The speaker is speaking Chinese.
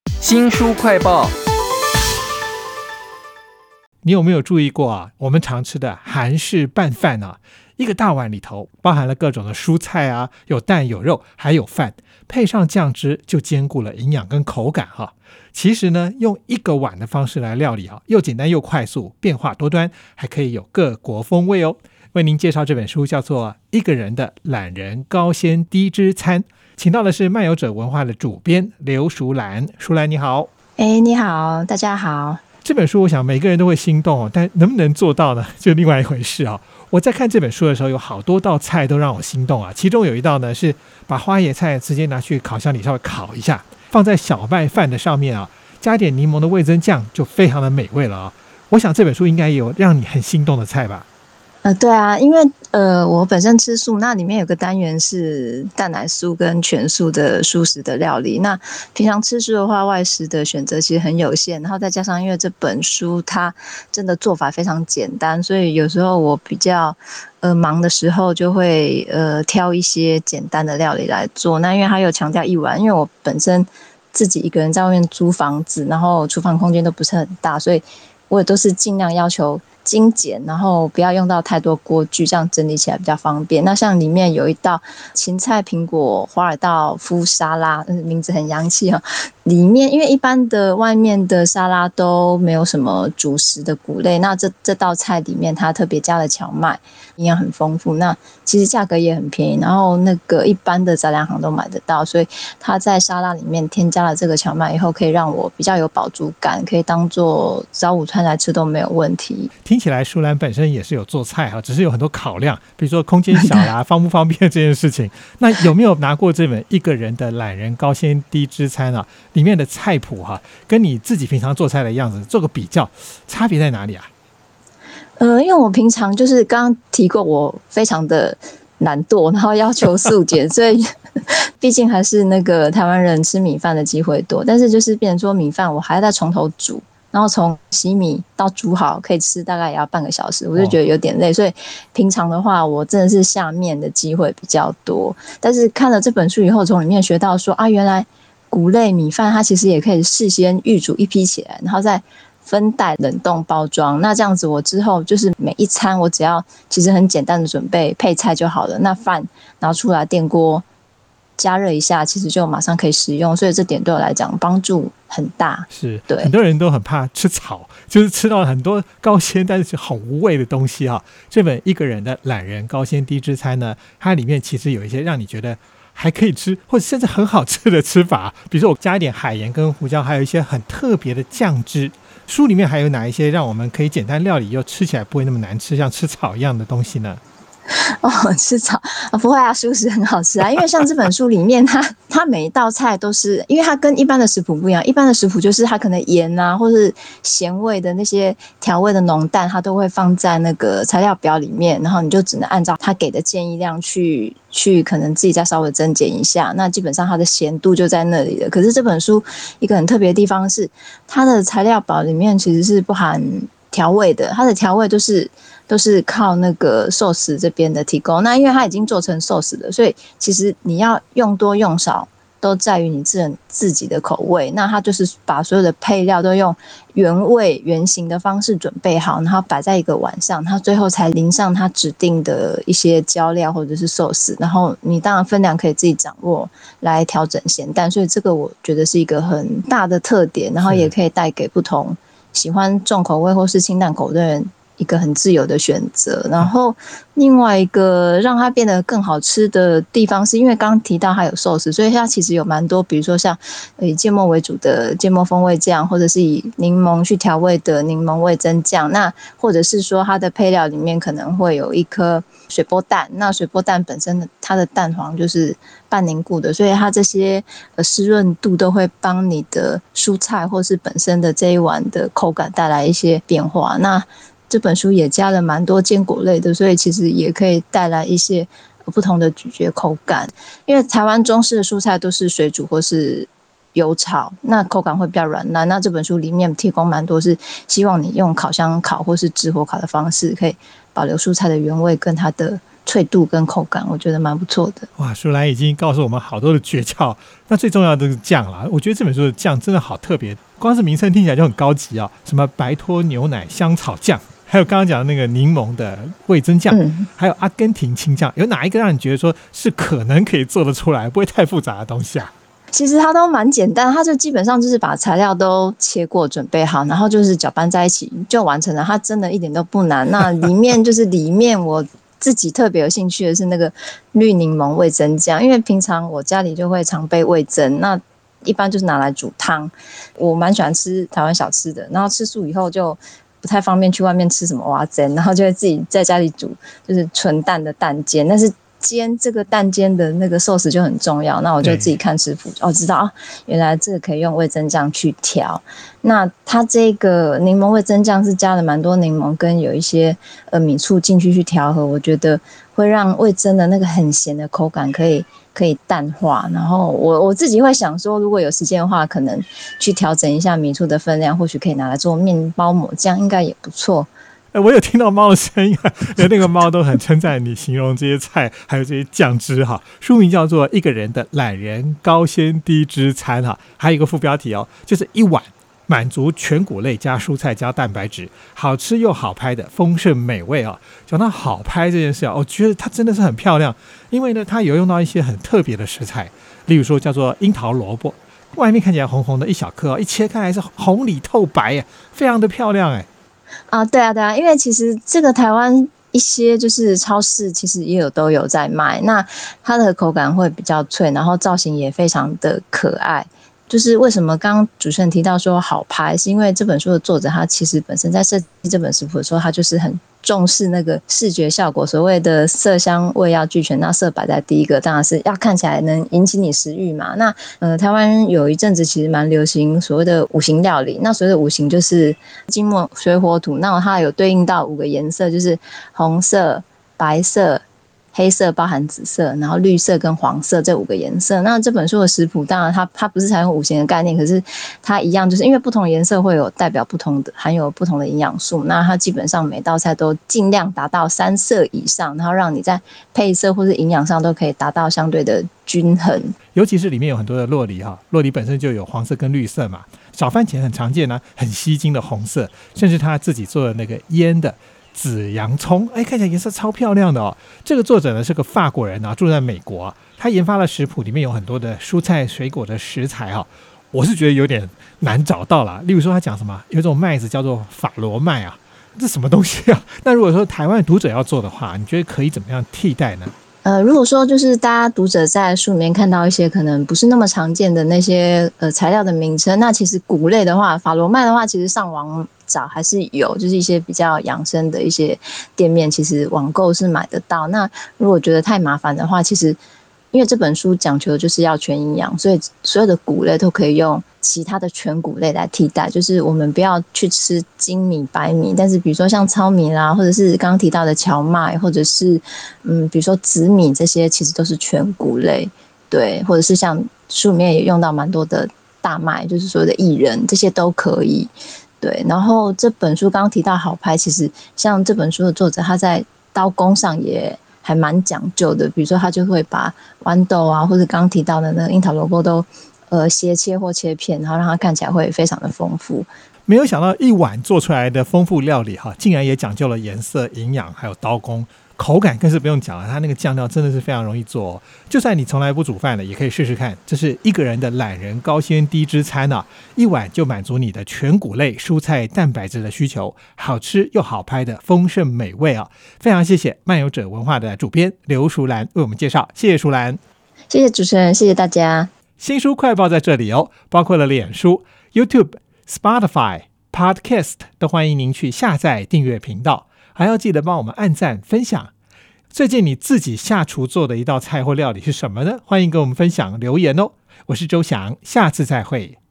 新书快报， 你有没有注意过啊？我们常吃的韩式拌饭啊，一个大碗里头包含了各种的蔬菜啊，有蛋有肉还有饭，配上酱汁就兼顾了营养跟口感哈。其实呢，用一个碗的方式来料理啊，又简单又快速，变化多端，还可以有各国风味哦。为您介绍这本书叫做《一个人的懒人高纤低脂餐》，请到的是漫游者文化的主编刘淑兰。淑兰你好。 你好，大家好。 这本书我想每个人都会心动哦，但能不能做到呢，就另外一回事哦。我在看这本书的时候，有好多道菜都让我心动啊。其中有一道呢，是把花椰菜直接拿去烤箱里稍微烤一下，放在小麦饭的上面啊，加点柠檬的味增酱，就非常的美味了啊。我想这本书应该有让你很心动的菜吧。 对啊，因为我本身吃素，那里面有个单元是蛋奶素跟全素的素食的料理。那平常吃素的话，外食的选择其实很有限，然后再加上因为这本书它真的做法非常简单，所以有时候我比较忙的时候就会挑一些简单的料理来做。那因为它有强调一碗，因为我本身自己一个人在外面租房子，然后厨房空间都不是很大，所以我也都是尽量要求精简，然后不要用到太多锅具，这样整理起来比较方便。那像里面有一道芹菜苹果华尔道夫沙拉，名字很洋气哦。里面因为一般的外面的沙拉都没有什么主食的谷类，那这道菜里面它特别加了荞麦，营养很丰富。那其实价格也很便宜，然后那个一般的杂粮行都买得到，所以它在沙拉里面添加了这个荞麦以后，可以让我比较有饱足感，可以当做早午餐来吃都没有问题。 听起来淑兰本身也是有做菜哈，只是有很多考量，比如说空间小啦，方不方便这件事情。那有没有拿过这本《一个人的懒人高纤低脂餐》啊？里面的菜谱哈，跟你自己平常做菜的样子做个比较，差别在哪里啊？ 因为我平常就是刚刚提过，我非常的懒惰，然后要求速简，所以毕竟还是那个台湾人吃米饭的机会多，但是就是变成说米饭我还要再从头煮，然后从洗米到煮好可以吃大概也要半个小时，我就觉得有点累，所以平常的话我真的是下面的机会比较多。但是看了这本书以后，从里面学到说啊，原来谷类米饭它其实也可以事先预煮一批起来，然后再分袋冷冻包装。那这样子我之后就是每一餐我只要其实很简单的准备配菜就好了，那饭拿出来电锅加热一下，其实就马上可以食用，所以这点对我来讲帮助很大。 是， 对， 很多人都很怕吃草，就是吃到很多高纤但是很无味的东西啊。这本《一个人的懒人高纤低脂餐》呢，它里面其实有一些让你觉得还可以吃，或者甚至很好吃的吃法，比如说我加一点海盐跟胡椒，还有一些很特别的酱汁。书里面还有哪一些让我们可以简单料理又吃起来不会那么难吃，像吃草一样的东西呢？ 吃草不会啊，素食很好吃啊。因为像这本书里面，它每一道菜都是，因为它跟一般的食谱不一样，一般的食谱就是它可能盐啊，或是咸味的那些调味的浓淡，它都会放在那个材料表里面，然后你就只能按照它给的建议量去可能自己再稍微增减一下，那基本上它的咸度就在那里了。可是这本书一个很特别的地方是，它的材料表里面其实是不含调味的，它的调味都是靠那个寿司这边的提供。那因为它已经做成寿司了，所以其实你要用多用少都在于你自己的口味。那它就是把所有的配料都用原味原形的方式准备好，然后摆在一个碗上，它最后才淋上它指定的一些浇料或者是寿司，然后你当然分量可以自己掌握来调整咸淡，所以这个我觉得是一个很大的特点，然后也可以带给不同喜欢重口味或是清淡口味的人一个很自由的选择。然后另外一个让它变得更好吃的地方是因为刚刚提到它有寿司，所以它其实有蛮多，比如说像以芥末为主的芥末风味酱，或者是以柠檬去调味的柠檬味增酱，那或者是说它的配料里面可能会有一颗水波蛋，那水波蛋本身它的蛋黄就是半凝固的，所以它这些湿润度都会帮你的蔬菜或是本身的这一碗的口感带来一些变化。那这本书也加了蛮多坚果类的，所以其实也可以带来一些不同的咀嚼口感。因为台湾中式的蔬菜都是水煮或是油炒，那口感会比较软烂。那这本书里面提供蛮多是希望你用烤箱烤或是直火烤的方式，可以保留蔬菜的原味跟它的脆度跟口感，我觉得蛮不错的。 哇，淑兰已经告诉我们好多的诀窍，那最重要的是酱啦。我觉得这本书的酱真的好特别，光是名称听起来就很高级啊，什么白脱牛奶香草酱，还有刚刚讲的那个柠檬的味增酱，还有阿根廷青酱，有哪一个让你觉得说是可能可以做得出来，不会太复杂的东西啊？ 其实它都蛮简单，它就基本上就是把材料都切过准备好，然后就是搅拌在一起就完成了。它真的一点都不难。那里面我自己特别有兴趣的是那个绿柠檬味增酱，因为平常我家里就会常备味增，那一般就是拿来煮汤。我蛮喜欢吃台湾小吃的，然后吃素以后就不太方便去外面吃什么蚵仔煎，然后就会自己在家里煮，就是纯蛋的蛋煎，但是煎这个蛋煎的那个寿司就很重要，那我就自己看师傅知道原来这个可以用味增酱去调。那它这个柠檬味增酱是加了蛮多柠檬跟有一些米醋进去调和，我觉得会让味增的那个很咸的口感可以淡化。然后我自己会想说，如果有时间的话，可能去调整一下米醋的分量，或许可以拿来做面包抹酱，应该也不错。 我有听到猫的声音，连那个猫都很称赞你形容这些菜还有这些酱汁哈。书名叫做《一个人的懒人高纤低脂餐》哈，还有一个副标题就是一碗满足全谷类加蔬菜加蛋白质，好吃又好拍的丰盛美味啊。讲到好拍这件事我觉得它真的是很漂亮，因为呢，它有用到一些很特别的食材，例如说叫做樱桃萝卜，外面看起来红红的一小颗一切开来是红里透白非常的漂亮对啊，因为其实这个台湾一些就是超市其实都有在卖，那它的口感会比较脆，然后造型也非常的可爱。就是为什么刚刚主持人提到说好拍，是因为这本书的作者他其实本身在设计这本食谱的时候，他就是很重视那个视觉效果，所谓的色香味要俱全，那色摆在第一个，当然是要看起来能引起你食欲嘛。那台湾有一阵子其实蛮流行所谓的五行料理，那所谓的五行就是金木水火土，那它有对应到5个颜色，就是红色、白色、黑色包含紫色，然后绿色跟黄色这5个颜色。那这本书的食谱当然它不是采用五行的概念，可是它一样就是因为不同颜色会有代表不同的含有不同的营养素，那它基本上每道菜都尽量达到3色以上，然后让你在配色或是营养上都可以达到相对的均衡。 尤其是里面有很多的酪梨酪梨本身就有黄色跟绿色嘛，小番茄很常见很吸睛的红色，甚至他自己做的那个腌的紫洋葱，看起来颜色超漂亮的这个作者呢是个法国人住在美国他研发了食谱，里面有很多的蔬菜水果的食材我是觉得有点难找到啦。例如说他讲什么，有一种麦子叫做法罗麦这什么东西那如果说台湾读者要做的话，你觉得可以怎么样替代呢？ 如果说就是大家读者在书里面看到一些可能不是那么常见的那些材料的名称，那其实谷类的话，法罗麦的话，其实上网找还是有，就是一些比较养生的一些店面，其实网购是买得到。那如果觉得太麻烦的话，其实因为这本书讲求的就是要全营养，所以所有的谷类都可以用其他的全谷类来替代，就是我们不要去吃精米白米，但是比如说像糙米啦，或者是刚刚提到的荞麦，或者是比如说紫米，这些其实都是全谷类，对，或者是像书里面也用到蛮多的大麦，就是所谓的薏仁，这些都可以。对，然后这本书刚刚提到好拍，其实像这本书的作者，他在刀工上也还蛮讲究的，比如说他就会把豌豆或者刚刚提到的那个樱桃萝卜都斜切或切片，然后让它看起来会非常的丰富。 没有想到一碗做出来的丰富料理竟然也讲究了颜色、营养还有刀工，口感更是不用讲了，它那个酱料真的是非常容易做就算你从来不煮饭的也可以试试看，这是一个人的懒人高纤低脂餐一碗就满足你的全谷类蔬菜蛋白质的需求，好吃又好拍的丰盛美味非常谢谢漫游者文化的主编刘淑兰为我们介绍，谢谢淑兰。 谢谢主持人，谢谢大家。 新书快报在这里包括了脸书、YouTube、Spotify、Podcast 都欢迎您去下载订阅频道，还要记得帮我们按赞分享。最近你自己下厨做的一道菜或料理是什么呢？欢迎跟我们分享留言我是周翔，下次再会。